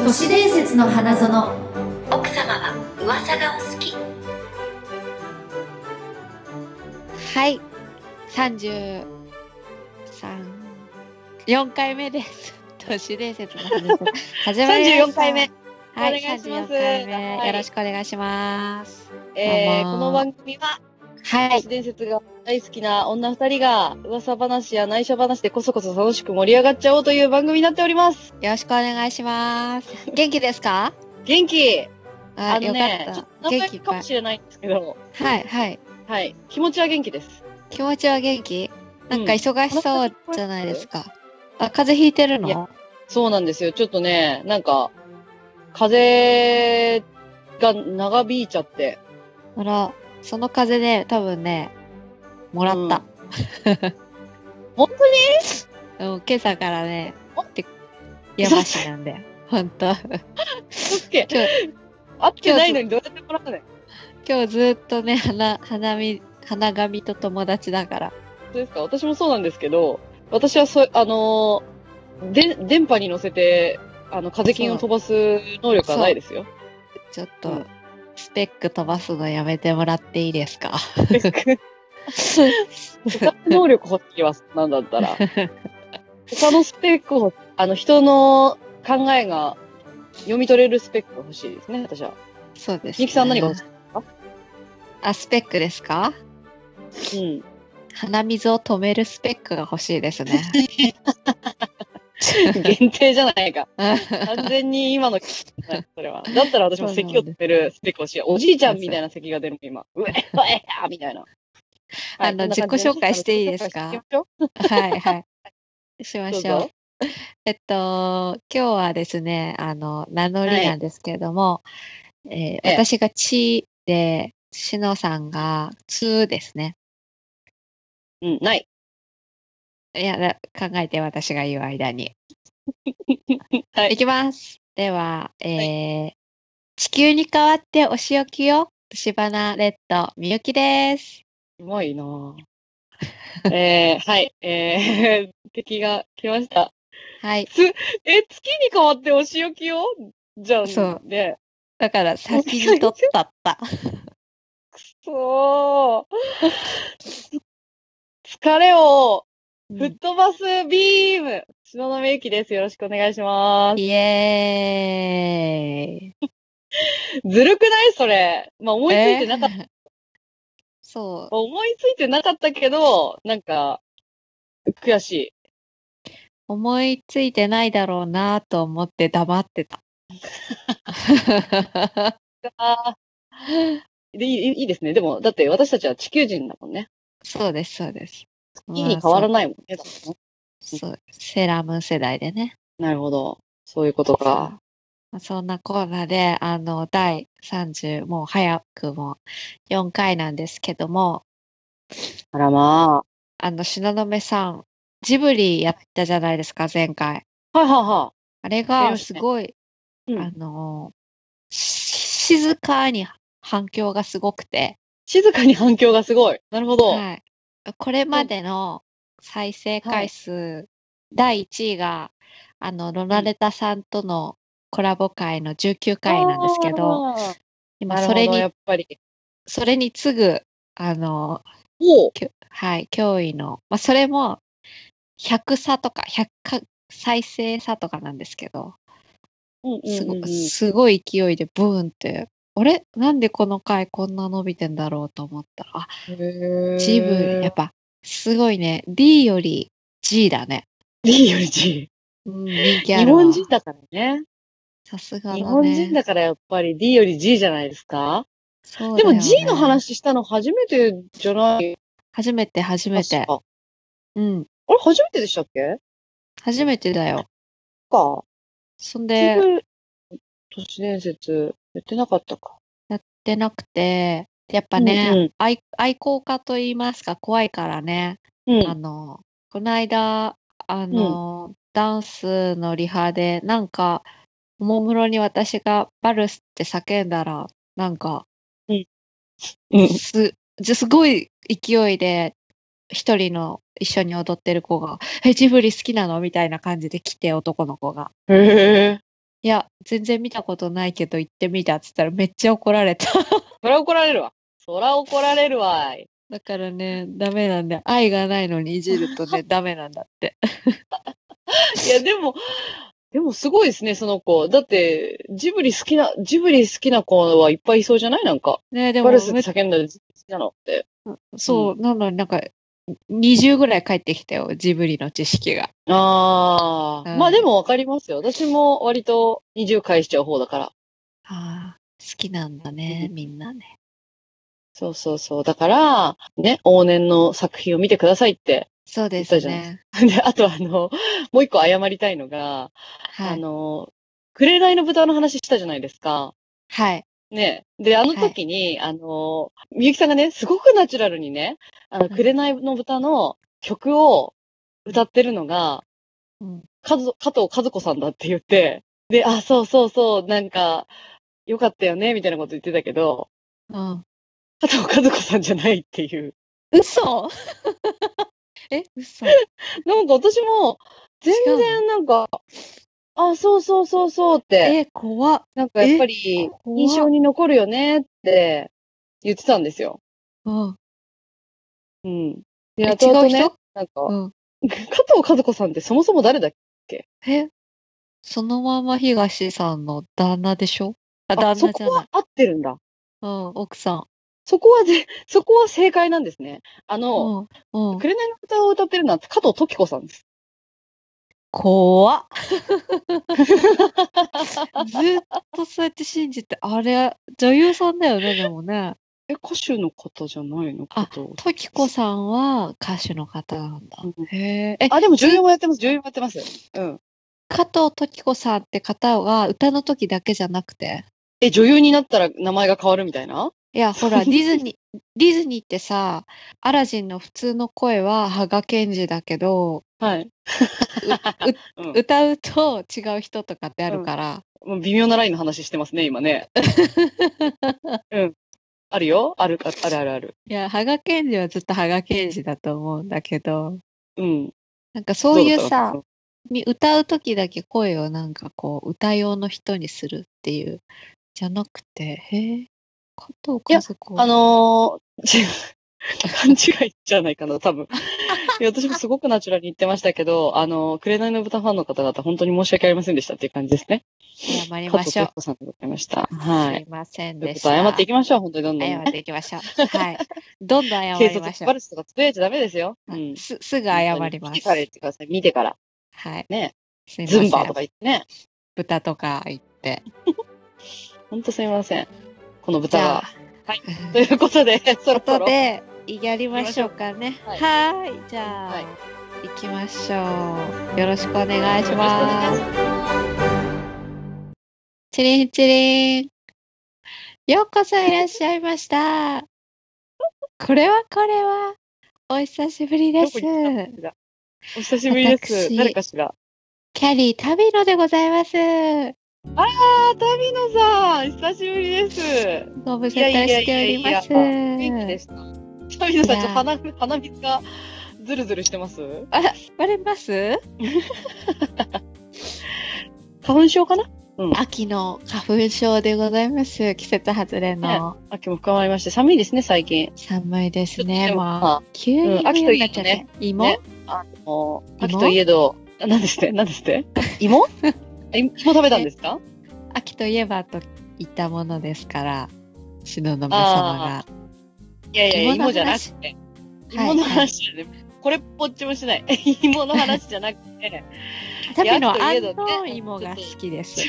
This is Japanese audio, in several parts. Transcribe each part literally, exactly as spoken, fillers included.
都市伝説の花園。 奥様は噂がお好き。 はい、さんじゅうさん、よんかいめです。都市伝説の話始まりました。さんじゅうよんかいめ。はい、さんじゅうよんかいめ、はい、よろしくお願いします。 えー、この番組は、 はい、 都市伝説が大好きな女二人が噂話や内緒話でこそこそ楽しく盛り上がっちゃおうという番組になっております。 よろしくお願いします。元気ですか？ 元気。 あ、 あのね、 よかった。 元気かもしれないんですけど、 はいはいはい、気持ちは元気です。 気持ちは元気？なんか忙しそうじゃないですか。うん、あ、風邪ひいてるの？ いや、そうなんですよ。ちょっとね、なんか風邪が長引いちゃって。 あら、その風邪ね、多分ね、もらった。 うん、本当に？うん、今朝からね、ってやばしなんだよ。本当。 今日会ってないのにどうやってもらうの？ 今日ずっとね、花、花見、花紙と友達だから。 そうですか。私もそうなんですけど、私はそう、あのー、で、電波に乗せて、あの、風金を飛ばす能力はないですよ。 ちょっと、うん、スペック飛ばすのやめてもらっていいですか？ スペック他の能力欲しいわ、なんだったら。他のスペックを、あの、人の考えが読み取れるスペックが欲しいですね、私は。 そうです、ね。 みゆきさん何が欲しいですか？ あ、スペックですか？ うん。 鼻水を止めるスペックが欲しいですね。 限定じゃないか。完全に今の、それは。だったら私も咳を止めるスペック欲しい。おじいちゃんみたいな咳が出る今。うえ、うえやみたいな。 あの、自己紹介していいですか？はいはい。しましょう。えっと、今日はですね、あの、名乗りなんですけれども、はい、えー、私がちで、しのさんがつですね。 うん、ない。 いや、考えて私が言う間に。 はい。 いきます。では、えーはい、地球に代わってお仕置きよ。しばなレッドみゆきです。 うまいなぁ。えー、はい。えー、敵が来ました。 はい。 つ、え、月に代わってお仕置きよ？じゃあ、 そう。 ね。 だから先に取ったった。 くそー。疲れを吹っ飛ばすビーム、うん、篠宮ゆきです。よろしくお願いします。 イエーイ。 ずるくないそれ。まあ、思いついてなかった。えー、 そう。 思いついてなかったけど、なんか、悔しい。 思いついてないだろうなと思って黙ってた。 でいい、いいですね。でも、だって私たちは地球人だもんね。 そうです、そうです。 月に変わらないもんね。 そう、そう、セーラームーン世代でね。 なるほど。そういうことか。 そんなコーナーで、あの、だいさんじゅう、もう早くもよんかいなんですけども。 あらまあ。あの、東雲さん、ジブリやったじゃないですか、前回。 はいはいはい。 あれがすごい、ね、うん、あの、静かに反響がすごくて。 静かに反響がすごい。なるほど。 はい。これまでの再生回数、はい、だいいちいが、あの、ロナレタさんとのコラボ会のじゅうきゅうかいなんですけど、今それに、 やっぱりそれに次ぐ、あの、はい、驚異の、まあ、それもひゃくさとか、ひゃく再生差とかなんですけど、すご、すごい勢いでブーンって、あれなんでこの回こんな伸びてんだろうと思ったら、あ、ジブリ、やっぱ、すごいね。D より G だね。 D より G。 うん、人気あるわ。日本人だからね。 さすがだね。 日本人だからやっぱり D より G じゃないですか？そうだよね。でも G の話したの初めてじゃない？ 初めて、初めて。うん。 あれ、初めてでしたっけ？ 初めてだよ。 か。 そんで、 都市伝説、やってなかったか。 やってなくて、やっぱね、うんうん、愛, 愛好家と言いますか、怖いからね。うん、あの、この間、あの、うん、ダンスのリハで、なんか、おもむろに私がバルスって叫んだら、なんか、うんうん、す、すごい勢いで、一人の一緒に踊ってる子が、え、ジブリ好きなのみたいな感じで来て、男の子が。 へー。 いや、全然見たことないけど行ってみたっつったらめっちゃ怒られた。 そら怒られるわ。そら怒られるわい。 だからね、ダメなんで、愛がないのにいじるとね、ダメなんだって。 いや、でも、でもすごいですね、その子。だって、ジブリ好きな、ジブリ好きな子はいっぱいいそうじゃないなんか。 ね、でもバルスって叫んだら好きなのって。 そう、なのになんか、にじゅうぐらい帰ってきたよ、ジブリの知識が。 ああ、 うんまあでもわかりますよ。私も割とにじゅう返しちゃう方だから。 ああ、好きなんだね、みんなね。 そうそうそう。だから、ね、往年の作品を見てくださいってそうです言ったじゃないね。 で、あとあの、もう一個謝りたいのが、 はい。 あの、紅の豚の話したじゃないですか。 はい。 ね。で、あの時に、あの、みゆきさんがね、すごくナチュラルにね、あの、 うん紅の豚の曲を歌ってるのが、 うん。 かず、加藤和子さんだって言って、で、あ、そうそうそう、なんか、よかったよね、みたいなこと言ってたけど、 うん。 加藤和子さんじゃないっていう。 嘘え、嘘なんか私も、全違うの然なんか、あ、そうそうそうそうって、 え、怖っ。 なんかやっぱり怖っ印象に残るよねって言ってたんですよ。 うん。 うん。 えで、後々ね違う人、 なんか、 うん。 加藤和子さんってそもそも誰だっけ？ え、そのまま東さんの旦那でしょあ、 あ、 旦そ那じゃない。 こは合ってるんだ。 うん、奥さん。 そこはぜ、そこは正解なんですね。あの、 うん、うん。 紅の歌を歌ってるのは加藤時子さんです。 怖っ。ずっとそうやって信じて、あれ、女優さんだよね、でもね。 え、歌手の方じゃないの？加あ、 藤。 時子さんは歌手の方なんだ。 うんへえ。え、 あ、でも女優ずもやってます、女優もやってます。うん。 加藤時子さんって方は歌の時だけじゃなくて。 え、女優になったら名前が変わるみたいな？ いや、ほら、ディズニー、ディズニーってさ、アラジンの普通の声は羽賀健二だけど、 はい。 ううん歌うと違う人とかってあるから。 もう微妙なラインの話してますね、今ね。うん。あるよ。ある、ああるあるある。 いや、羽賀健二はずっと羽賀健二だと思うんだけど、 うん。 なんかそういうどだったさの、 み歌う時だけ声をなんかこう、歌用の人にするっていう、じゃなくて、へえ、加藤いや和子。 あのー、違う。勘違いじゃないかな、多分。いや、私もすごくナチュラルに言ってましたけど、あの、紅の豚ファンの方々、本当に申し訳ありませんでしたっていう感じですね。 謝り加ましょう。 藤時子さんでございました。はい。 すいませんということでした。 で謝っていきましょう、本当にどんどん、ね。 謝っていきましょう。はい。どんどん謝警りましょう。 察バルスとかつぶやいちゃダメですよ。うはいん。 す、すぐ謝ります。 見てから言ってください、見てから。 はい。 ね。 すいません。 ズンバーとか言ってね。 豚とか言って。 ほんとすみません。このじ豚が。 ゃあ、 はい。ということで、そろそことろ。 で、やりましょうかね。 ははいい。じゃあ、 はい行きましょう。よろしくお願いします。チリンチリン。ようこそいらっしゃいました。これはこれは、お久しぶりですどこ。に来たんですか？お久しぶりです。 私誰かしら。 キャリー旅野でございます。 あー、旅野さん、久しぶりです。 ご無沙汰しております。 元気でした。旅野さん、 いやちょっと鼻、鼻水がズルズルしてます？ あ、割れます花粉症かな？うん。 秋の花粉症でございます。季節外れの。 秋も深まりまして、寒いですね、最近。 寒いですちょっね。 とでももうまあ、 急にうん秋といえばね冬になっちゃって。芋、 ねあの、秋といえど、あ何ですって何ですって芋あ芋食べたんですか？ 秋といえばといったものですから、篠宮様が。 いやいや、 芋の話芋じゃなくて。 はい芋の話じゃね、これっぽっちもしない。芋の話じゃなくて。 旅の安秋といえどね納芋が好きです。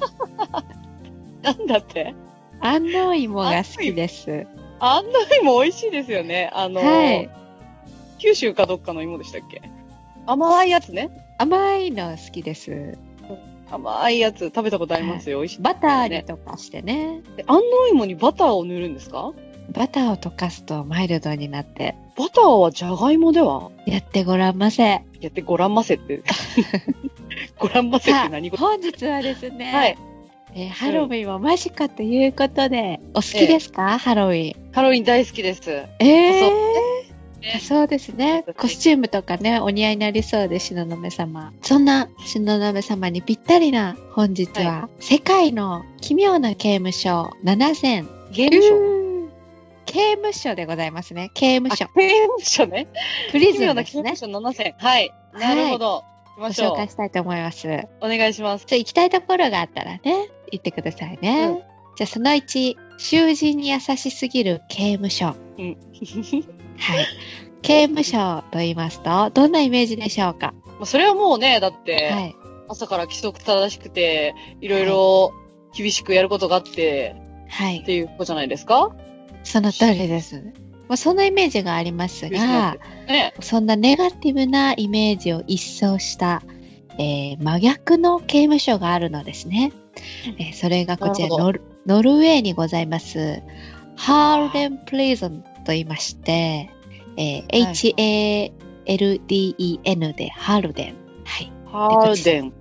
なんだって安納芋が好きです。 あんな芋美味しいですよね。あの、 はい。 九州かどっかの芋でしたっけ？甘いやつね。 甘いの好きです。 甘いやつ食べたことありますよ。美味しい。 バターにとかしてね。 で安納芋にバターを塗るんですか？ バターを溶かすとマイルドになって、 バターはじゃがいもでは？ やってごらんませ。 やってごらんませって。ごらんませっさあて何事？ 本日はですね、 はい。 えーハロウィンも間近ということで、お好きですか、ハロウィン。 ハロウィン大好きです。 えーそう、 ね。 そうですね。コスチュームとかね、お似合いになりそうで、東雲様。そんな東雲様にぴったりな本日は、はい、世界の奇妙な刑務所ななせん。 刑務所刑務所でございますね。刑務所。 刑務所ね。 プリズンですね。奇妙な刑務所ななせん。はい。なるほど。はい、 ご紹介したいと思います。 お願いします。 ちょ行きたいところがあったらね、行ってくださいね。うん、じゃあそのいち、囚人に優しすぎる刑務所。うん、はい。刑務所と言いますと、どんなイメージでしょうか？ それはもうね、だって、はい、朝から規則正しくて、いろいろ厳しくやることがあって、はい、っていうことじゃないですか？ その通りです。まあ、そんなイメージがありますが、ね、そんなネガティブなイメージを一掃した、えー、真逆の刑務所があるのですね。えー、それがこちらノル、ノルウェーにございます、ハーレンプリズンと言いまして、えー、エイチエーエルディーイーエヌ でハールデン。はい。 ハールデン。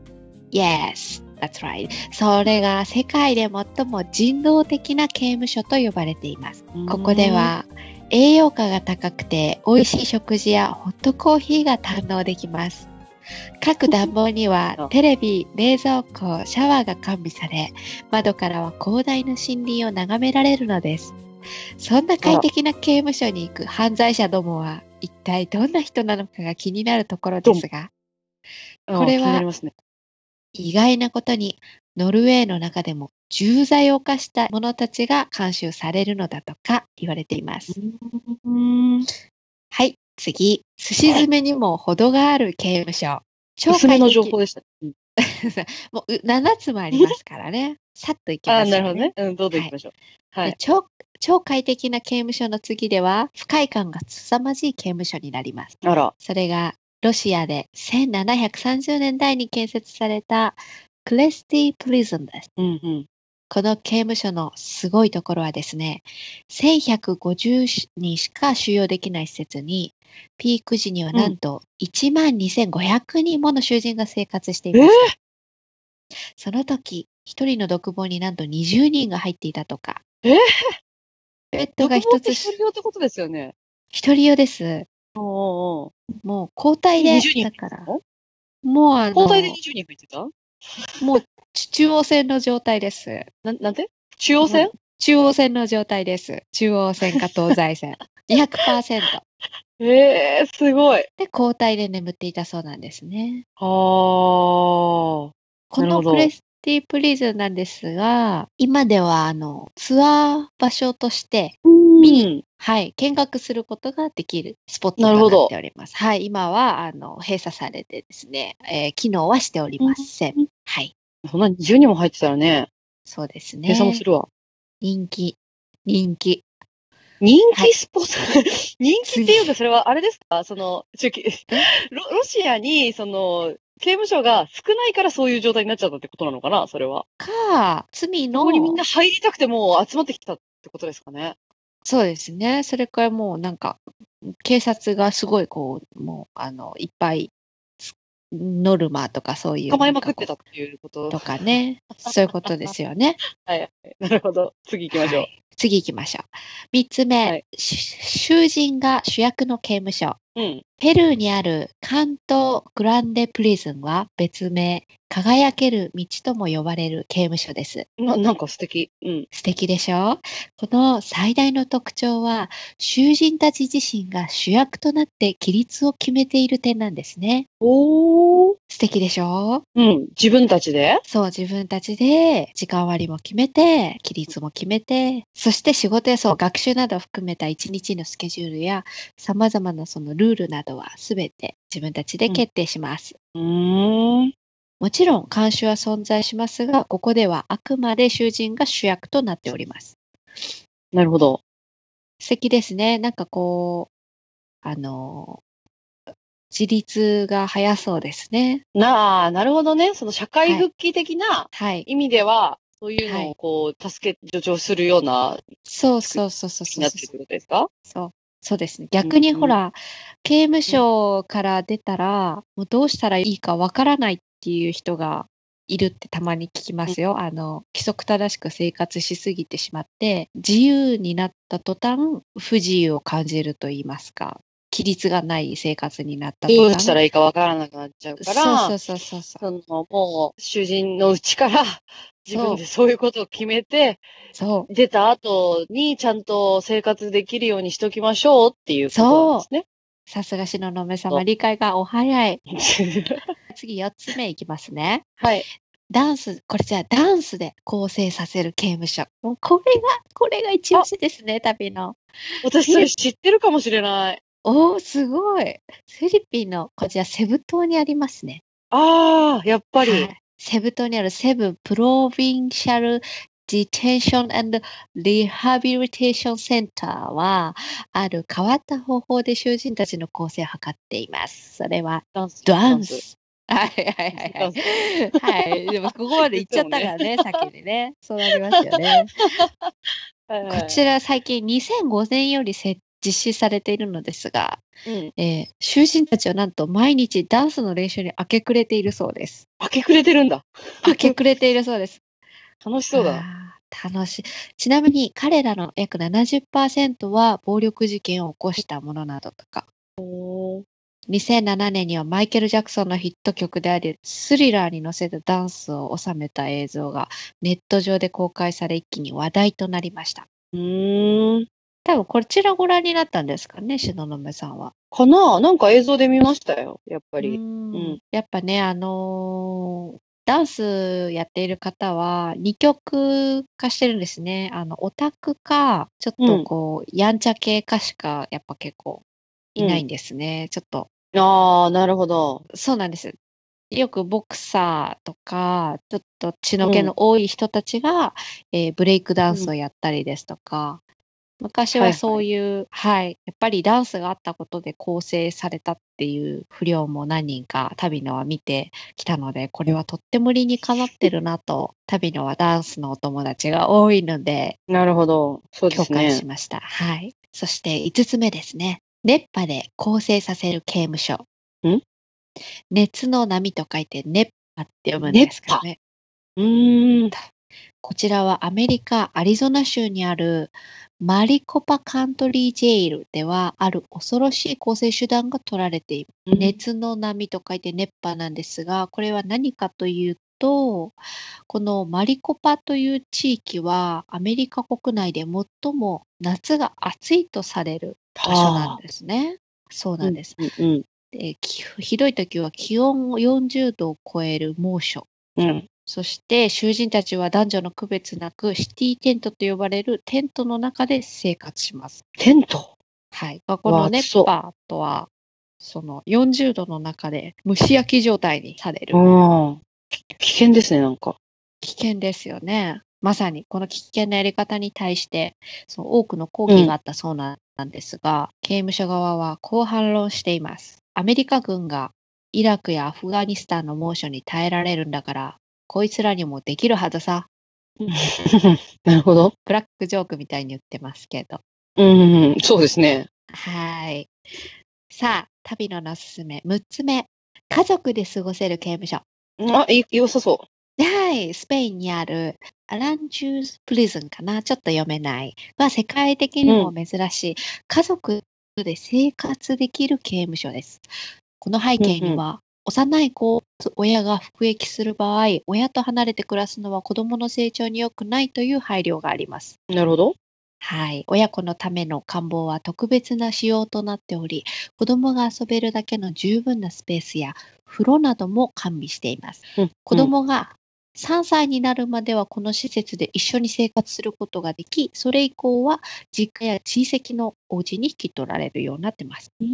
Yes, that's right. それが世界で最も人道的な刑務所と呼ばれています。ここでは栄養価が高くて美味しい食事やホットコーヒーが堪能できます。各暖房にはテレビ、冷蔵庫、シャワーが完備され、窓からは広大な森林を眺められるのです。そんな快適な刑務所に行く犯罪者どもは一体どんな人なのかが気になるところですが、これは意外なことにノルウェーの中でも重罪を犯した者たちが監修されるのだとか言われています。はい、次、すし詰めにも程がある刑務所。 超快適の情報でした。 もうななつもありますからね。さっといきますね。 あ、なるほどね。うん、どうぞ行きましょう。 はい。はい、超超快適な刑務所の次では、不快感が凄まじい刑務所になります。 あら。 それが、ロシアでせんななひゃくさんじゅうねんだいに建設されたクレスティプリズンです。 うんうん、 この刑務所のすごいところはですね、せんひゃくごじゅうにんしか収容できない施設に、ピーク時にはなんといちまんにせんごひゃくにんもの囚人が生活していました。えー、その時、一人の独房になんとにじゅうにんが入っていたとか。 えーベッドが一つ。 一人用ってことですよね。 一人用です。 おーもう交代で。 にじゅうにんだから。もうあの。 交代でにじゅうにん入ってた？ もう中央線の状態です。 な、なんて？中央線？ 中央線の状態です。中央線か東西線。にひゃくパーセント。 えー、すごい。 で、交代で眠っていたそうなんですね。 はー。 このクレスティプリズンなんですが、今ではあのツアー場所として見に、はい、見学することができるスポットとなっております。はい、今はあの閉鎖されてですね、えー、機能はしておりません。はい。 そんなにじゅうにんも入ってたらね。 そうですね。 閉鎖もするわ。 人気、人気。 人気スポット、はい、人気っていうか、それはあれですか？その、ロ、ロシアに、その、刑務所が少ないからそういう状態になっちゃったってことなのかな、それは。 か、罪の。 ここにみんな入りたくても集まってきたってことですかね。 そうですね。それからもうなんか、警察がすごいこう、もう、あの、いっぱい、ノルマとかそういう。 構えまくってたっていうこと。 とかね。そういうことですよね。 はい。なるほど。次行きましょう。はい、 次行きましょう。三つ目、はい、囚人が主役の刑務所。 うん、 ペルーにある関東グランデプリズンは別名、輝ける道とも呼ばれる刑務所です。 な、なんか素敵。うん。 素敵でしょ？この最大の特徴は、囚人たち自身が主役となって規律を決めている点なんですね。 おー。 素敵でしょ？ うん。自分たちで？ そう、自分たちで時間割も決めて、規律も決めて、そして仕事やそう、学習などを含めた一日のスケジュールや、様々なそのルールなどはすべて自分たちで決定します。 うん。うーん。 もちろん監視は存在しますが、ここではあくまで囚人が主役となっております。 なるほど。 素敵ですね。なんかこう、あの、自立が早そうですね。 なあ、なるほどね。その社会復帰的な意味では、はい、そういうのをこう、助け、助長するような、 そうそうそうそうそう。 なってるってことですか？ そう。そうですね。逆にほら、うん、刑務所から出たら、もうどうしたらいいかわからないっていう人がいるってたまに聞きますよ。うん、あの、規則正しく生活しすぎてしまって、自由になった途端、不自由を感じると言いますか。 規律がない生活になったとか、 どうしたらいいかわからなくなっちゃうから、 そうそうそうそう。 そのもう主人のうちから自分でそういうことを決めて、 そう出た後にちゃんと生活できるようにしときましょうっていうことなんですね。 さすが東雲様、理解がお早い。次よっつめいきますね。 はい。 ダンス、これじゃあダンスで構成させる刑務所。もうこれが、これが一押しですね、旅の。 私それ知ってるかもしれない。 おー、すごい。フィリピンの、こちらセブ島にありますね。 ああ、やっぱり。 はい、セブ島にあるセブンプロビンシャルディテンション&リハビリテーションセンターは、ある変わった方法で囚人たちの構成を図っています。それは、 ダンス。 ダンス。はいはいはいはい。はい。でも、ここまで行っちゃったからね、先にね。そうなりますよね。こちら、最近にせんごねんより実施されているのですが、うんえー、囚人たちはなんと毎日ダンスの練習に明け暮れているそうです。 明け暮れてるんだ。 明け暮れているそうです。 楽しそうだ。 楽しい。ちなみに彼らの約 ななじゅっパーセント は暴力事件を起こしたものなどとか。にせんななねんにはマイケル・ジャクソンのヒット曲であるスリラーに乗せたダンスを収めた映像がネット上で公開され一気に話題となりました。 うーん。 多分こちらご覧になったんですかね、東雲さんは。 かな？なんか映像で見ましたよ、やっぱり。 うん、やっぱね、あのー、ダンスやっている方は二極化してるんですね。あの、オタクか、ちょっとこう、うん、やんちゃ系かしか、やっぱ結構いないんですね。うん、ちょっと。 ああ、なるほど。 そうなんです。よくボクサーとか、ちょっと血の気の多い人たちが、うん、えー、ブレイクダンスをやったりですとか、うん、昔はそういう、はい、はい、やっぱりダンスがあったことで構成されたっていう不良も何人か旅のは見てきたので、これはとっても理にかなってるなと、旅のはダンスのお友達が多いので、 なるほど。そうですね。 共感しました。はい。そしていつつめですね。熱波で構成させる刑務所。 ん？ 熱の波と書いて熱波って読むんですかね。 うーん。 こちらはアメリカ・アリゾナ州にあるマリコパカントリージェイルではある恐ろしい構成手段が取られている。うん、熱の波と書いて熱波なんですが、これは何かというと、このマリコパという地域はアメリカ国内で最も夏が暑いとされる場所なんですね。そうなんです。うんうんうんでひどい時は気温よんじゅうどを超える猛暑。うんそして囚人たちは男女の区別なくシティテントと呼ばれるテントの中で生活します。 テント？ はい。この熱波とはそのよんじゅうどの中で蒸し焼き状態にされる。 うん。危険ですね、なんか。 危険ですよね。まさにこの危険なやり方に対してその多くの抗議があったそうなんですが、うん、刑務所側はこう反論しています。アメリカ軍がイラクやアフガニスタンの猛暑に耐えられるんだから、こいつらにもできるはずさ。 なるほど。 ブラックジョークみたいに言ってますけど。 うん、そうですね。 はい。さあ、旅のおすすめ。むっつめ。家族で過ごせる刑務所。 あ、い良さそう。 はい。スペインにあるアランジューズプリズンかな。ちょっと読めない。は世界的にも珍しい、うん、家族で生活できる刑務所です。この背景には、うんうん、幼い子を親が服役する場合、親と離れて暮らすのは子供の成長に良くないという配慮があります。 なるほど。 はい。親子のための監房は特別な仕様となっており、子供が遊べるだけの十分なスペースや風呂なども完備しています。うんうん、子供がさんさいになるまではこの施設で一緒に生活することができ、それ以降は実家や親戚のお家に引き取られるようになってます。 うん、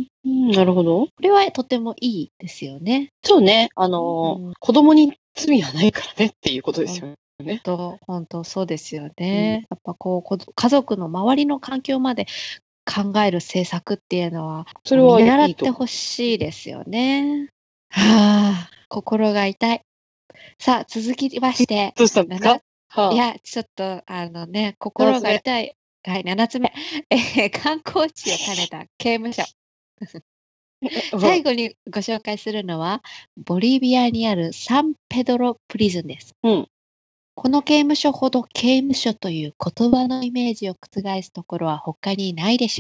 なるほど。 これはとてもいいですよね。 そうね。あの、うん、子供に罪はないからねっていうことですよね。ね、 本当、本当そうですよね。うん、やっぱこう家族の周りの環境まで考える政策っていうのは、それは見習ってほしいですよね。はあ、心が痛い。さあ、続きまして。 どうしたんですか？ はあ、いや、ちょっと、あのね、心が痛い。はい、ななつめ。えー、観光地を兼ねた刑務所。最後にご紹介するのは、ボリビアにあるサンペドロプリズンです。うん、この刑務所ほど刑務所という言葉のイメージを覆すところは他にないでしょう。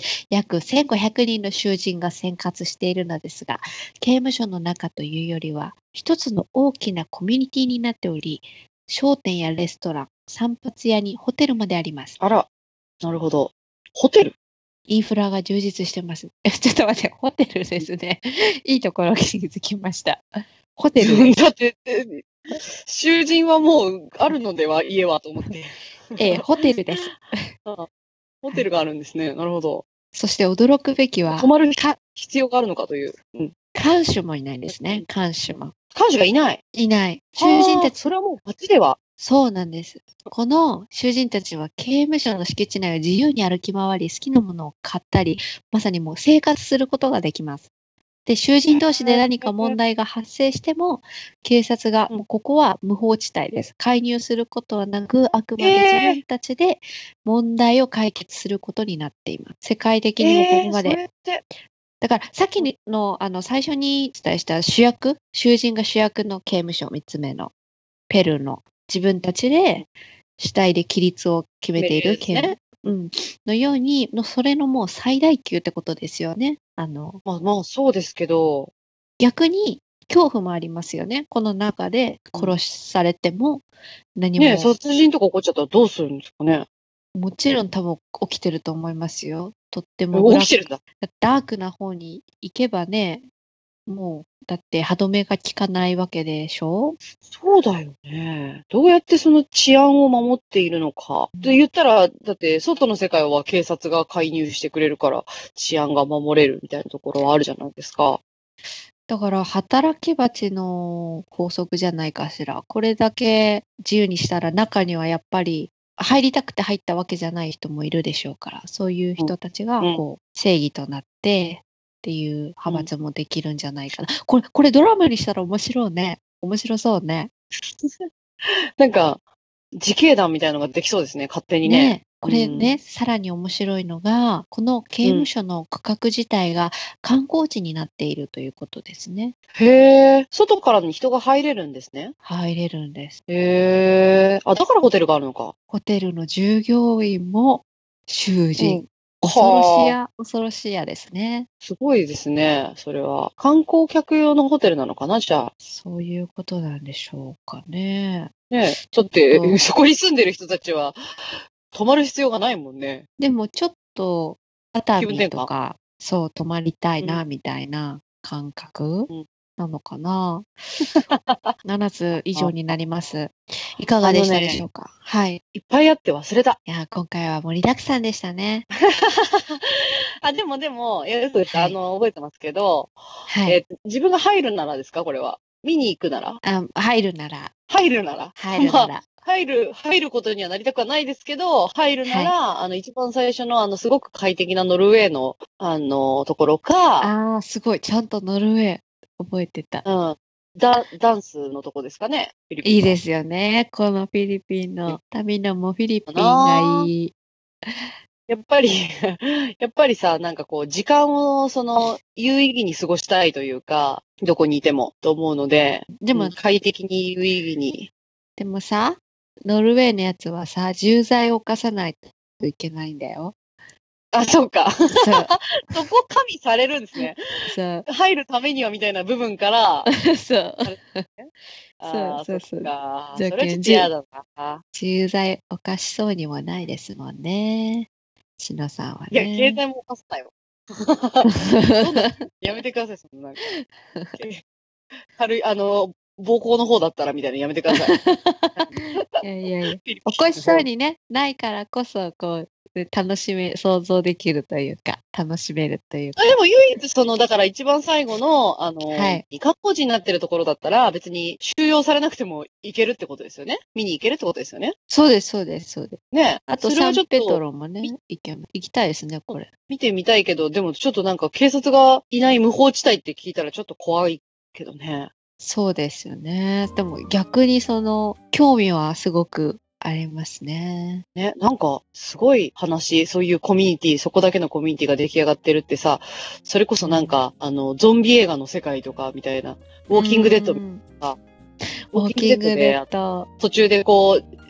約せんごひゃくにんの囚人が生活しているのですが、刑務所の中というよりは、一つの大きなコミュニティになっており、商店やレストラン、散髪屋にホテルまであります。 あら、なるほど。ホテルインフラが充実してます。ちょっと待って、ホテルですね。いいところに気づきました。ホテルです。 だって、え囚人はもうあるのでは、家はと思って。 えーホテルです。 あホテルがあるんですね。なるほど。 そして驚くべきは泊、まるか必要があるのかという。うん。 看守もいないんですね。看守も。 看守がいない。 いない。囚人たちあーそ、れはもう街では。 そうなんです。この囚人たちは刑務所の敷地内を自由に歩き回り、好きなものを買ったり、まさにもう生活することができます。で、囚人同士で何か問題が発生しても、警察が、 うんもうここは無法地帯です。介入することはなく、あくまでえー自分たちで問題を解決することになっています。世界的にもここまで。 えー、それって、 だから、さっきの、あの、最初にお伝えした主役、囚人が主役の刑務所、みっつめの、ペルーの、自分たちで主体で規律を決めている刑務、 ね。 うん、のようにの、それのもう最大級ってことですよね。あの、 まあまあ、そうですけど、 逆に恐怖もありますよね。この中で殺されても何も、 ね殺人とか起こっちゃったらどうするんですかね。 もちろん多分起きてると思いますよ。とってもブラック起きてるんだ。 ダークな方に行けばね、もう、だって歯止めが効かないわけでしょ。 そうだよね。どうやってその治安を守っているのか。で言ったら、だって外の世界は警察が介入してくれるから治安が守れるみたいなところはあるじゃないですか。 だから働き蜂の法則じゃないかしら。これだけ自由にしたら中にはやっぱり入りたくて入ったわけじゃない人もいるでしょうから、そういう人たちがうんこう正義となってっていう派閥もできるんじゃないかな。これ、これドラマにしたら面白いね。面白そうね。 なんか、自警団みたいなのができそうですね、勝手にね。 ね、これね、さらに面白いのが、この刑務所の区画自体が観光地になっているということですね。 へえ、外からに人が入れるんですね。 入れるんです。 へえ、あ、だからホテルがあるのか。 ホテルの従業員も囚人。 うん恐ろしはあや、恐ろしやですね。 すごいですね、それは。観光客用のホテルなのかな、じゃあ。 そういうことなんでしょうかね。 ねちょっとだって、そこに住んでる人たちは、泊まる必要がないもんね。 でもちょっと、熱海気分転換とか、そう、泊まりたいな、みたいな感覚うんなのかな。ななつ以上になります。いかがでしたでしょうか。はい。 いっぱいあって忘れた。 いや、今回は盛りだくさんでしたね。 あ、でもでも、いや、そうです。 はいあの、覚えてますけど、 はい。 えー自分が入るならですか、これは。見に行くならあ入るなら、 入るなら入るなまあら。 入る、入ることにはなりたくはないですけど、入るなら、あの、一番最初の、あの、すごく快適なノルウェーの、あの、ところか、 ああ、すごい。ちゃんとノルウェー覚えてた。 うん。ダ、ダンスのとこですかね。フィリピンのいいですよね。このフィリピンの旅のもフィリピンがいい。 やっぱり、やっぱりさ、なんかこう、時間を、その、有意義に過ごしたいというか、どこにいても、と思うので、 でもうん快適に有意義に。 でもさ、ノルウェーのやつはさ、重罪を犯さないといけないんだよ。 あ、そうか。 そう、 そこ加味されるんですね。 そう、 入るためにはみたいな部分から、 そう。 ああ、 そうそうそうそっか。 じゃあそれはちょっと嫌だな。 重罪を犯しそうにもないですもんね。しのさんはね。 いや、携帯も犯すなよ。そうだやめてください、そのなんか。軽い、あの、暴行の方だったらみたいなのやめてください。 いやいやいや、起こしそうにね、ないからこそ、こう、楽しめ、想像できるというか、楽しめるというかあ。でも唯一その、だから一番最後の、あの、 はい観光地になってるところだったら、別に収容されなくても行けるってことですよね。見に行けるってことですよね。 そうです、そうです、そうです。 ねあと、 それはちょっサンペトとロもね、行け行きたいですね、これ。 見てみたいけど、でもちょっとなんか警察がいない無法地帯って聞いたらちょっと怖いけどね。 そうですよね。でも逆にその、興味はすごくありますね。 ね、なんか、すごい話、そういうコミュニティ、そこだけのコミュニティが出来上がってるってさ、それこそなんか、あの、ゾンビ映画の世界とかみたいな、ウォーキングデッドうんあウォーキングデッド。 途中でこう、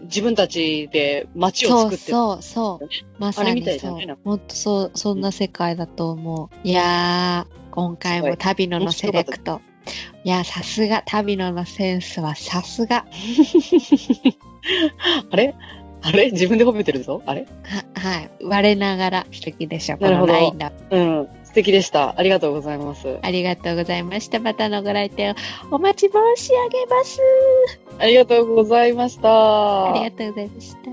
自分たちで街を作ってる。 そうそうそう。まさあれみにそうたいじゃない。のもっとそう、そんな世界だと思う。いやー、今回も旅野のセレクト。いや、さすが、旅野のセンスはさすが。 あれあれ自分で褒めてるぞあれは、はい。我ながら素敵でしょ、こなるほどのラインナップ。 うん。素敵でした。ありがとうございます。 ありがとうございました。またのご来店をお待ち申し上げます。 ありがとうございました。 ありがとうございました。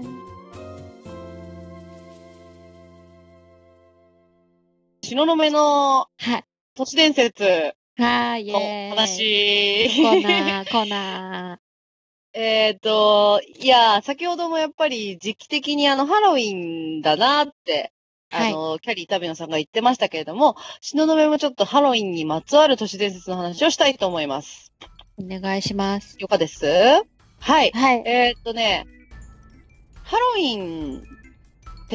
東雲のはい。 都市伝説はい、イのェーイ。 話。 コーナー、コーナー。 えっと、いや、先ほどもやっぱり時期的にあの、ハロウィンだなって、あの、キャリー・タビノさんが言ってましたけれども、東雲もちょっとハロウィンにまつわる都市伝説の話をしたいと思います。 お願いします。 よかです。はい。 はい。 えーっとね、ハロウィンって、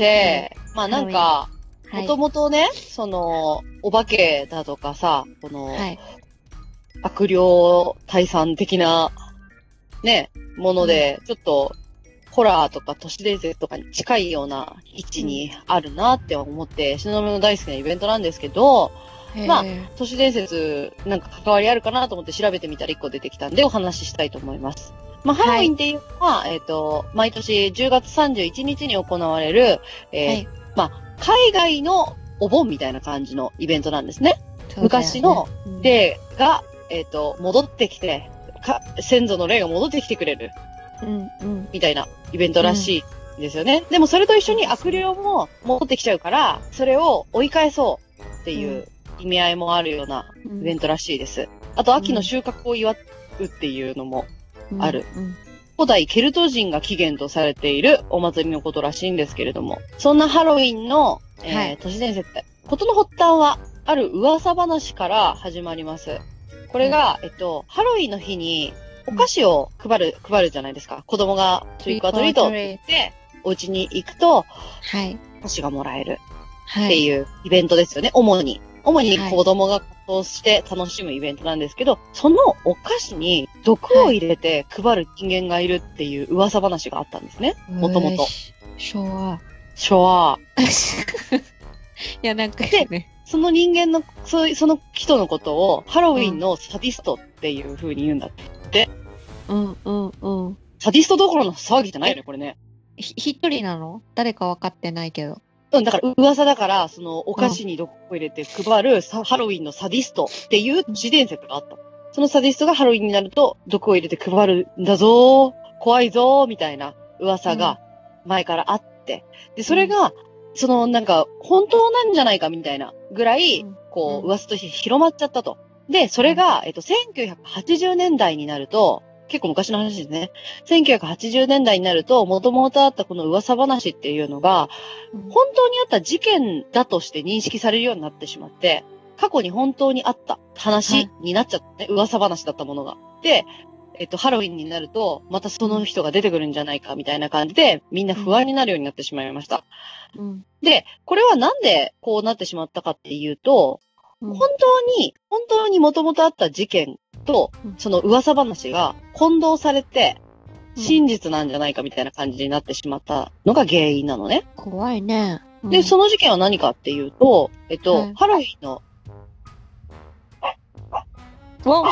まあなんか、もともとね、その、お化けだとかさ、この、 はい。 悪霊退散的な、ね、もので、ちょっと、ホラーとか都市伝説とかに近いような位置にあるなって思って、東雲の大好きなイベントなんですけど、まあ、都市伝説なんか関わりあるかなと思って調べてみたらいっこ出てきたんでお話ししたいと思います。まあ、ハロウィンっていうのは、はい、えっと、毎年じゅうがつさんじゅういちにちに行われる、えーはい、まあ、海外のお盆みたいな感じのイベントなんですね。ね昔の霊が、えっと、戻ってきて、か先祖の霊が戻ってきてくれる。うんうん、みたいなイベントらしいんですよね。うん、でもそれと一緒に悪霊も戻ってきちゃうから、それを追い返そうっていう意味合いもあるようなイベントらしいです。あと、秋の収穫を祝うっていうのもある。うんうん、古代ケルト人が起源とされているお祭りのことらしいんですけれども、そんなハロウィンの、えーはい、都市伝説って、ことの発端は、ある噂話から始まります。これが、うん、えっと、ハロウィンの日に、お菓子を配る、配るじゃないですか。子供がトリックアトリートって言って、お家に行くと、はい。お菓子がもらえる。っていうイベントですよね。主に。主に子供がこうして楽しむイベントなんですけど、そのお菓子に毒を入れて配る人間がいるっていう噂話があったんですね。もともと。 昭和。 昭和。 いや、なんかね。その人間の、そその人のことを、ハロウィンのサディストっていう風に言うんだって。 うんうんうん。 サディストどころの騒ぎじゃないよね、これね。 ひ、一人なの？誰か分かってないけど。 うん、だから噂だから、そのお菓子に毒を入れて配る、うん、ハロウィンのサディストっていう都市伝説があった。そのサディストがハロウィンになると毒を入れて配るんだぞー、怖いぞー、みたいな噂が前からあって。で、それが、そのなんか、本当なんじゃないかみたいなぐらい、こう、噂として広まっちゃったと。で、それが、えっと、せんきゅうひゃくはちじゅうねんだいになると、結構昔の話ですね。せんきゅうひゃくはちじゅうねんだいになると、元々あったこの噂話っていうのが、本当にあった事件だとして認識されるようになってしまって、過去に本当にあった話になっちゃったね。はい、噂話だったものが。で、えっと、ハロウィンになると、またその人が出てくるんじゃないか、みたいな感じで、みんな不安になるようになってしまいました。うん、で、これはなんでこうなってしまったかっていうと、うん、本当に、本当に元々あった事件と、その噂話が混同されて、真実なんじゃないかみたいな感じになってしまったのが原因なのね。 怖いね。 うん、で、その事件は何かっていうと、えっと、はい、ハロウィンの、 お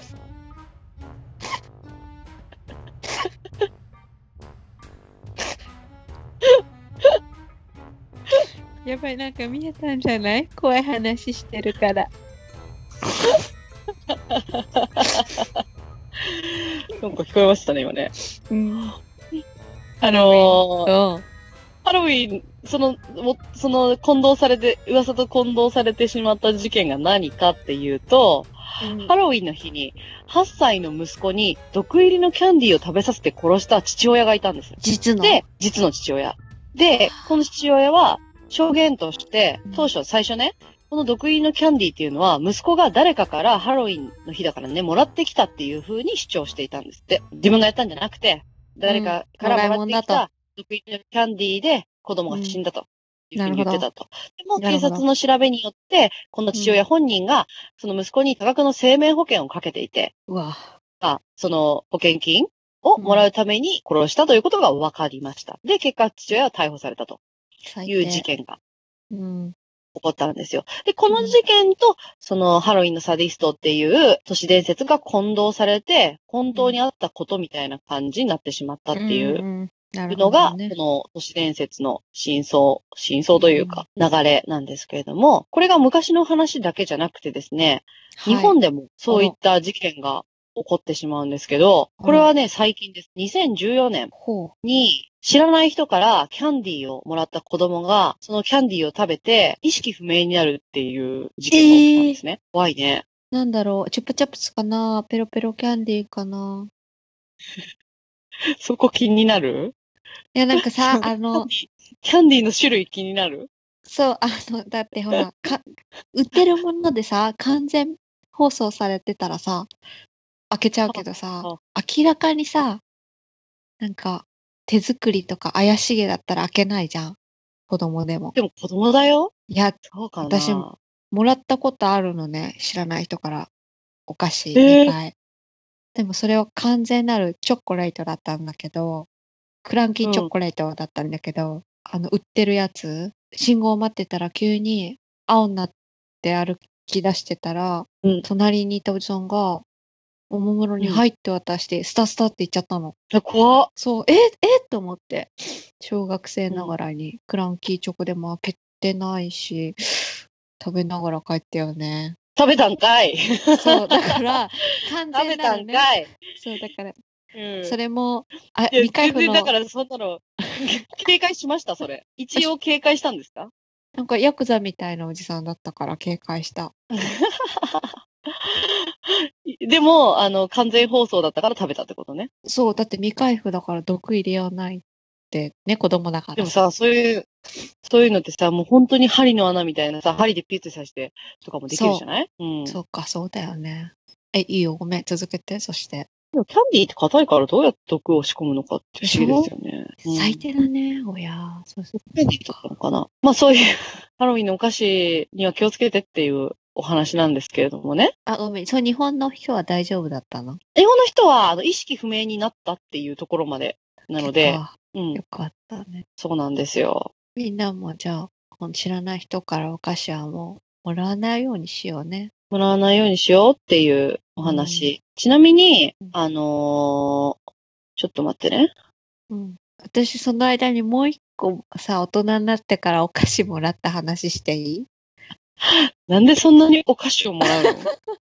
やばい、なんか見えたんじゃない？怖い話してるから。 なんか聞こえましたね、今ね。うん、あのー、ハロウィン、その、も、その混同されて、噂と混同されてしまった事件が何かっていうと、うん、ハロウィンの日にはっさいの息子に毒入りのキャンディーを食べさせて殺した父親がいたんですよ。 実の？ で、実の父親。で、この父親は、証言として、当初最初ね、この毒入りのキャンディーっていうのは、息子が誰かからハロウィンの日だからね、もらってきたっていう風に主張していたんですって。自分がやったんじゃなくて、誰かからもらってきた毒入りのキャンディーで子供が死んだと。いう風に言ってたと。でも警察の調べによって、この父親本人が、その息子に多額の生命保険をかけていて、 うわあ、その保険金をもらうために殺したということが分かりました。で、結果父親は逮捕されたという事件がうん。 起こったんですよ。で、この事件と、そのハロウィンのサディストっていう都市伝説が混同されて、本当にあったことみたいな感じになってしまったっていううん。なるのが、 ほどね。 この都市伝説の真相、真相というか流れなんですけれども、これが昔の話だけじゃなくてですね、日本でもそういった事件が起こってしまうんですけど、これはね、最近です。にせんじゅうよねんに知らない人からキャンディーをもらった子供が、そのキャンディーを食べて意識不明になるっていう事件が起きたんですね。怖いね。 なんだろう、チュッパチャプスかな、ペロペロキャンディーかな。 そこ気になる？ いや、なんかさ、あの、 キャンディーの種類気になる？ そう、あの、だってほら、か、売ってるものでさ、完全包装されてたらさ、開けちゃうけどさ、明らかにさ、なんか、手作りとか怪しげだったら開けないじゃん。子供でも。 でも子供だよ。 いや、 そうかな。 私、もらったことあるのね。知らない人から。お菓子えーにかい。でもそれは完全なるチョコレートだったんだけど、クランキーチョコレートだったんだけど、あの、売ってるやつ、信号を待ってたら急に青になって歩き出してたら、 うん隣にいたおじさんが、おもむろにうん入って渡して、スタスタって言っちゃったの。 え怖っ。 そう、え、えと思って、小学生ながらにクランキーチョコでも開けてないし、食べながら帰ったよね。 食べたんかい。 そう、だから、完食べた全なるね。 んかい。 そう、だから、 うん。 それも、あ、 いや、 未開封の全然だか、らそんなの、警戒しました、それ。一応警戒したんですか？ なんかヤクザみたいなおじさんだったから警戒した。 でも、あの、完全放送だったから食べたってことね。 そう、だって未開封だから毒入れようないって、ね、子供だから。 でもさ、そういう、そういうのってさ、もう本当に針の穴みたいなさ、針でピュッて刺してとかもできるじゃない？うん。 そうか、そうだよね。え、いいよ、ごめん、続けて、そして。 でもキャンディーって硬いからどうやって毒を仕込むのかって不思議ですよね。うん最低だね、親。そうそう。 キャンディーだったのかな。まあそういうハロウィンのお菓子には気をつけてっていうお話なんですけれどもね。 あ、ごめん、そう、日本の人は大丈夫だったの？ 日本の人はあの意識不明になったっていうところまでなので、うんよ、かったね。 そうなんですよ。 みんなもじゃあ、知らない人からお菓子はもうもらわないようにしようね。 もらわないようにしようっていうお話。うん、ちなみに、あのー、ちょっと待ってね。 うん。私、その間にもう一個さ、大人になってからお菓子もらった話していい？ なんでそんなにお菓子をもらうの？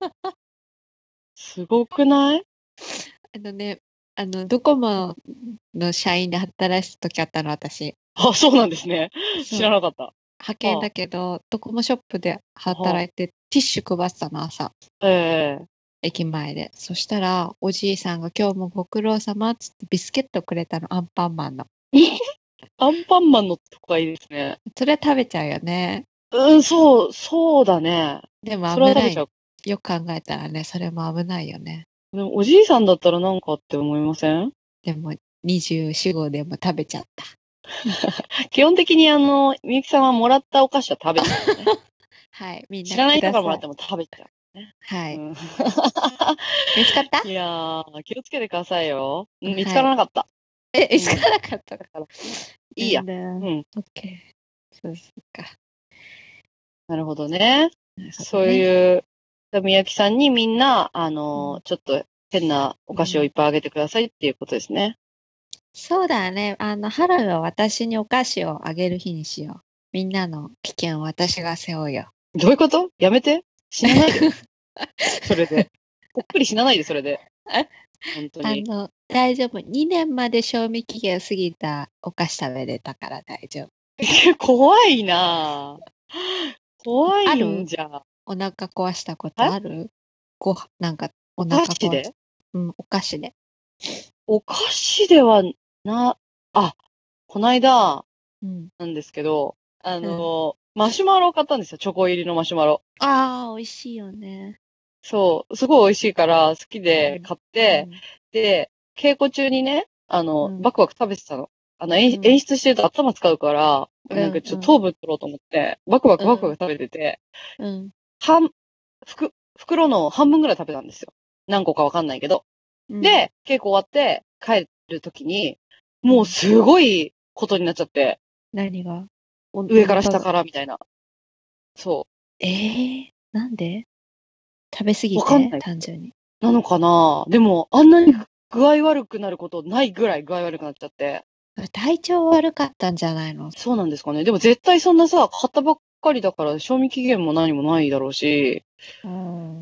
すごくない？ あのね、あの、ドコモの社員で働いてた時あったの、私。 あ、そうなんですね。知らなかった。 派遣だけど、ドコモショップで働いて、ティッシュ配ってたの、朝。 ええ駅前で。そしたら、おじいさんが今日もご苦労様っつってビスケットくれたの、アンパンマンの。 アンパンマンのとこがいいですね。 それは食べちゃうよね。 うん、そう、そうだね。 でも危それは食ない。 べちゃう。 よく考えたらね、それも危ないよね。 でもおじいさんだったらなんかって思いません？ でも、にじゅうよん、ごでも食べちゃった。 基本的にあの、みゆきさんはもらったお菓子は食べちゃう、ね。 はい、みんな知らない人からもらっても食べちゃう、ね。 はい。 うん、 見つかった？ いやー、気をつけてくださいよ。うん、見つからなかった。 はい、え、見つからなかったから。いいいや。うん。 オッケー。そうそうか。 なるほどね。ねそういう、宮城さんにみんな、あの、うん、ちょっと変なお菓子をいっぱいあげてくださいっていうことですね。 うん、そうだね。あの、ハロウィンは私にお菓子をあげる日にしよう。みんなの危険を私が背負うよ。 どういうこと？やめて。死なないで。それで。ぽっくり死なないで、それで。本当に。 あの、大丈夫。にねんまで賞味期限過ぎたお菓子食べれたから大丈夫。怖いなぁ。怖いんじゃん。 お腹壊したことある？ごはなんかお腹壊した。お菓子で？ うん、お菓子で。 お菓子ではな、あ、こないだ、 うん、 なんですけど、あの、うん、マシュマロを買ったんですよ。チョコ入りのマシュマロ。 ああ、美味しいよね。 そう、すごい美味しいから好きで買って、うん、で、稽古中にね、あの、うん、バクバク食べてたの。あの、演出してると頭使うから、うん、なんかちょっと糖分取ろうと思って、バクバクバクバク食べてて、うん、半、ふく、袋の半分ぐらい食べたんですよ。何個かわかんないけど。 うん、 で、稽古終わって帰るときに、もうすごいことになっちゃって、 何が上から下からみたいな。そええー、なんで食べ過う。 ぎてわかんない。 単純に。 なのかなでも、あんなに具合悪くなることないぐらい具合悪くなっちゃって。 体調悪かったんじゃないの？ そうなんですかね。でも絶対そんなさ、買ったばっかりだから賞味期限も何もないだろうし、 うん。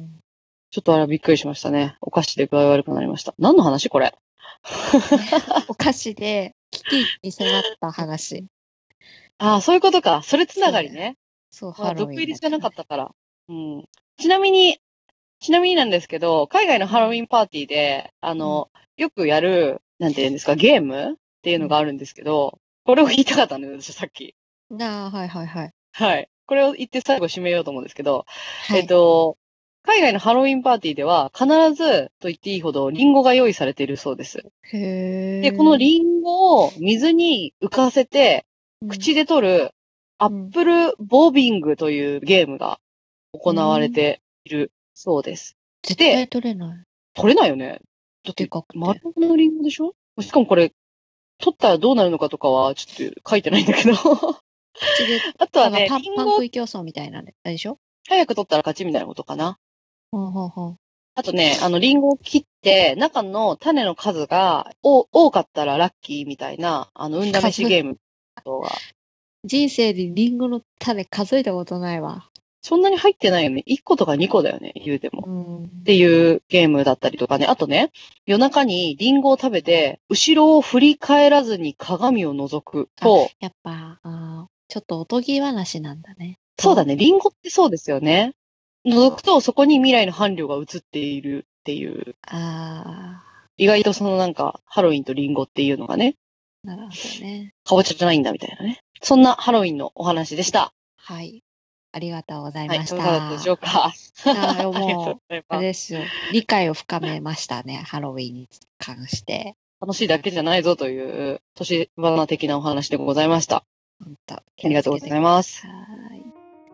ちょっとあれはびっくりしましたね。お菓子で具合悪くなりました。何の話これお菓子で危機に迫った話。 ああ、そういうことか。それつながりね。 そう、 まあ、 ハロウィン毒入りじゃなかったから。うん。ちなみに、ちなみになんですけど、海外のハロウィンパーティーで、あの、よくやる、なんて言うんですか、ゲームっていうのがあるんですけど、これを言いたかったんですよ、さっき。 ああ、はいはいはい。 はい。これを言って最後締めようと思うんですけど、 はい、 えっと、海外のハロウィンパーティーでは、必ずと言っていいほどリンゴが用意されているそうです。 へで、このリンゴを水に浮かせて、口で取る、アップルボビングというゲームが行われているそうです。 絶対取れない。 取れないよね。だって、丸のリンゴでしょ？しかもこれ、取ったらどうなるのかとかは、ちょっと書いてないんだけど。 口で、 あとはね、 パン、 リンゴパン食い競争みたいなね、でしょ？ 早く取ったら勝ちみたいなことかな。 ほうほうほう。 あとね、あの、リンゴを切って、中の種の数がお多かったらラッキーみたいな、あの、運試しゲームが。 人生でリンゴの種数えたことないわ。 そんなに入ってないよね。いっことかにこだよね、言うても。 うん、 っていうゲームだったりとかね。あとね、夜中にリンゴを食べて、後ろを振り返らずに鏡を覗くと。 やっぱ、あちょっとおとぎ話なんだね。 そうだね。リンゴってそうですよね。覗くとそこに未来の伴侶が映っているっていう。 ああ。 意外とそのなんか、ハロウィンとリンゴっていうのがね。 なるほどね。 かぼちゃじゃないんだみたいなね。そんなハロウィンのお話でした。 はい。ありがとうございました。 はい、いかがだったでしょうか。 あもう、あれですよ。理解を深めましたね。ハロウィンに関して。 楽しいだけじゃないぞという、年花的なお話でございました。 本当。ありがとうございます。 はい。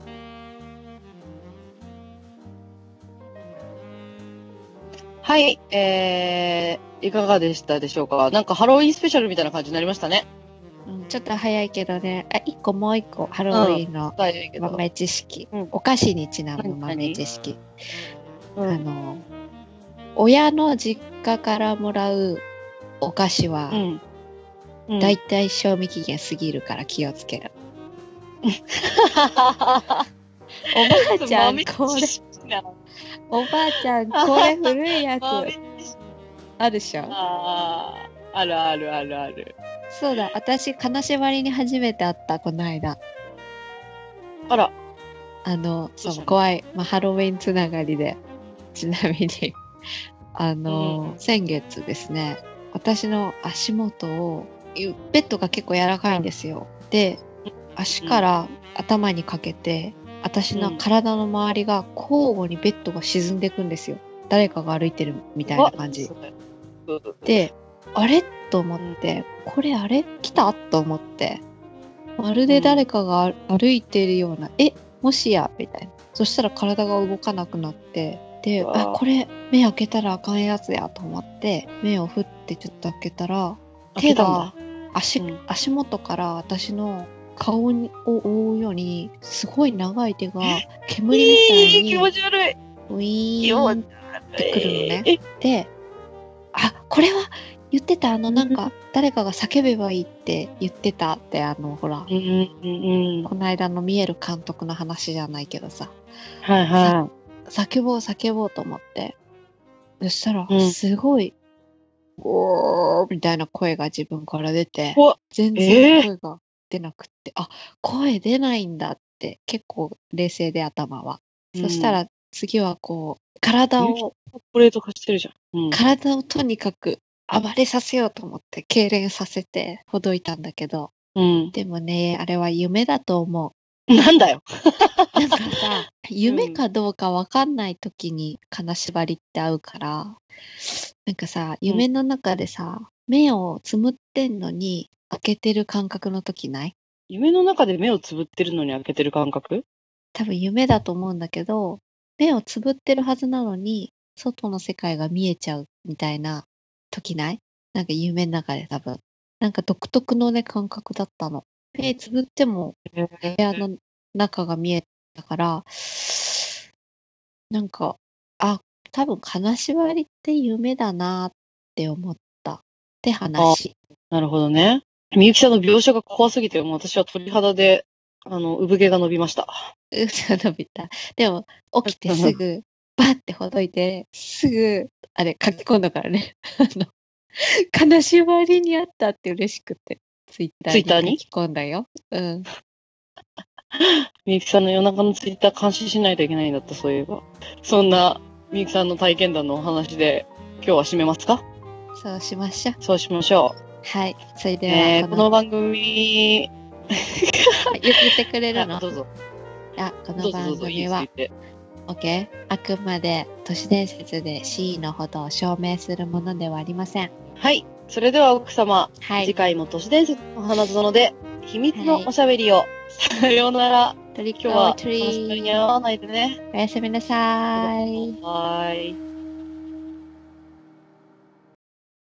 はい、えー、いかがでしたでしょうか。なんかハロウィンスペシャルみたいな感じになりましたね。 うん、ちょっと早いけどね。あ、一個もう一個、ハロウィンの豆知識。うん、お菓子にちなむ豆知識。うん、あの、親の実家からもらうお菓子は、うんうん、だいたい賞味期限過ぎるから気をつける。おばあちゃん、これ。おばあちゃん、これ古いやつ。あるでしょ？ ああ、あるあるあるある。 そうだ、私、金縛りに初めて会った、この間。 あら。 あの、そう、怖い、まあ、ハロウィンつながりで、ちなみに、あの、うん、先月ですね、私の足元を、ベッドが結構柔らかいんですよ。で、足から頭にかけて、私の体の周りが交互にベッドが沈んでいくんですよ。誰かが歩いてるみたいな感じ。で、あれと思って、これあれ来たと思って、まるで誰かが歩いてるような、うん、え、もしやみたいな。そしたら体が動かなくなって、で、あ、これ目開けたらあかんやつやと思って、目をふってちょっと開けたら、手が足、うん、足元から私の顔を覆うように、すごい長い手が煙みたいに、 気持ち悪い。 ウィーンってくるのね。で、あ、これは言ってた、あの、なんか、誰かが叫べばいいって言ってたって、あの、ほら、 うんうんうん、 この間の見える監督の話じゃないけどさ、 はいはい、 叫ぼう叫ぼうと思って、そしたら、すごい、おーみたいな声が自分から出て、全然声が出なくって、えー、あ、声出ないんだって、結構冷静で頭は。うん、そしたら次はこう、体を、 プレート化してるじゃん。 うん、体をとにかく暴れさせようと思って、痙攣させてほどいたんだけど、うん、でもね、あれは夢だと思う。 なんだよ。 なんかさ、夢かどうかわかんない時に金縛りって合うから、なんかさ、夢の中でさ、うん、目をつむってんのに開けてる感覚の時ない？ 夢の中で目をつぶってるのに開けてる感覚？ 多分夢だと思うんだけど、目をつぶってるはずなのに、 外の世界が見えちゃうみたいな時ない？なんか夢の中で多分。なんか独特のね、感覚だったの。目つぶっても部屋の中が見えたから、なんか、あ、多分金縛りって夢だなって思ったって話。 なるほどね。みゆきさんの描写が怖すぎて、もう私は鳥肌で、あの、産毛が伸びました。 うそ伸びた。でも、起きてすぐ、バッてほどいて、すぐ、あれ、書き込んだからね。あの、金縛りにあったって嬉しくて、ツイッターに書き込んだよ。うん。 みゆきさんの夜中のツイッター監視しないといけないんだった、そういえば。そんな、みゆきさんの体験談のお話で、今日は締めますか？ そうしましょう。 そうしましょう。はい。それでは、 えー、この番組、 言ってくれるの？ どうぞ。 あ、この番組は、OK？ あくまで都市伝説で シー のほどを証明するものではありません。 はい。それでは奥様、 はい、 次回も都市伝説の花園で秘密のおしゃべりを、はい、さようなら。今日は話に合わないでね。 おやすみなさい。 はい。